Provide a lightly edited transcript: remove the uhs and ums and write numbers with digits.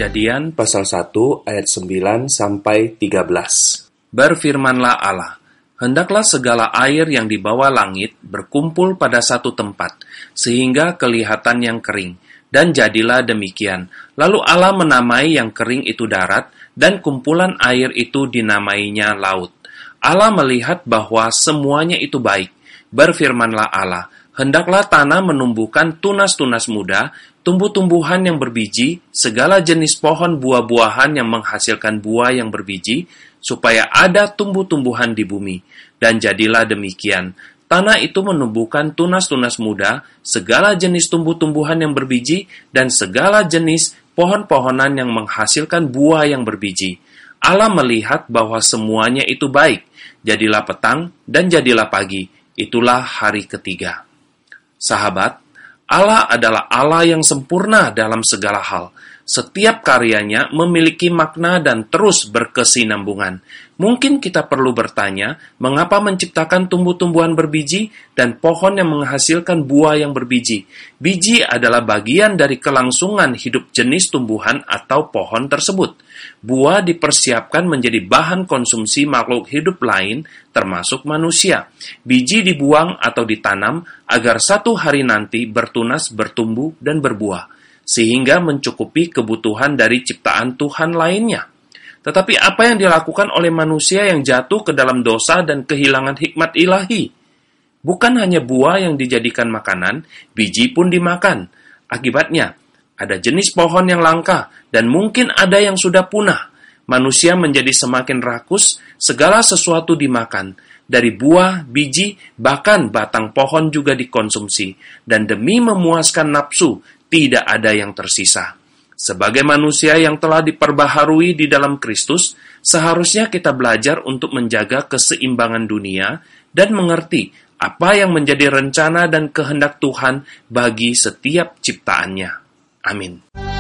Kejadian pasal 1 ayat 9 sampai 13. Berfirmanlah Allah, hendaklah segala air yang di bawah langit berkumpul pada satu tempat, sehingga kelihatan yang kering. Dan jadilah demikian. Lalu Allah menamai yang kering itu darat, dan kumpulan air itu dinamainya laut. Allah melihat bahwa semuanya itu baik. Berfirmanlah Allah, hendaklah tanah menumbuhkan tunas-tunas muda, tumbuh-tumbuhan yang berbiji, segala jenis pohon buah-buahan yang menghasilkan buah yang berbiji, supaya ada tumbuh-tumbuhan di bumi. Dan jadilah demikian. Tanah itu menumbuhkan tunas-tunas muda, segala jenis tumbuh-tumbuhan yang berbiji, dan segala jenis pohon-pohonan yang menghasilkan buah yang berbiji. Allah melihat bahwa semuanya itu baik. Jadilah petang dan jadilah pagi. Itulah hari ketiga. Sahabat, Allah adalah Allah yang sempurna dalam segala hal. Setiap karyanya memiliki makna dan terus berkesinambungan. Mungkin kita perlu bertanya, mengapa menciptakan tumbuh-tumbuhan berbiji dan pohon yang menghasilkan buah yang berbiji? Biji adalah bagian dari kelangsungan hidup jenis tumbuhan atau pohon tersebut. Buah dipersiapkan menjadi bahan konsumsi makhluk hidup lain, termasuk manusia. Biji dibuang atau ditanam agar satu hari nanti bertunas, bertumbuh, dan berbuah, sehingga mencukupi kebutuhan dari ciptaan Tuhan lainnya. Tetapi apa yang dilakukan oleh manusia yang jatuh ke dalam dosa dan kehilangan hikmat ilahi? Bukan hanya buah yang dijadikan makanan, biji pun dimakan. Akibatnya, ada jenis pohon yang langka dan mungkin ada yang sudah punah. Manusia menjadi semakin rakus, segala sesuatu dimakan. Dari buah, biji, bahkan batang pohon juga dikonsumsi. Dan demi memuaskan nafsu, tidak ada yang tersisa. Sebagai manusia yang telah diperbaharui di dalam Kristus, seharusnya kita belajar untuk menjaga keseimbangan dunia dan mengerti apa yang menjadi rencana dan kehendak Tuhan bagi setiap ciptaannya. Amin.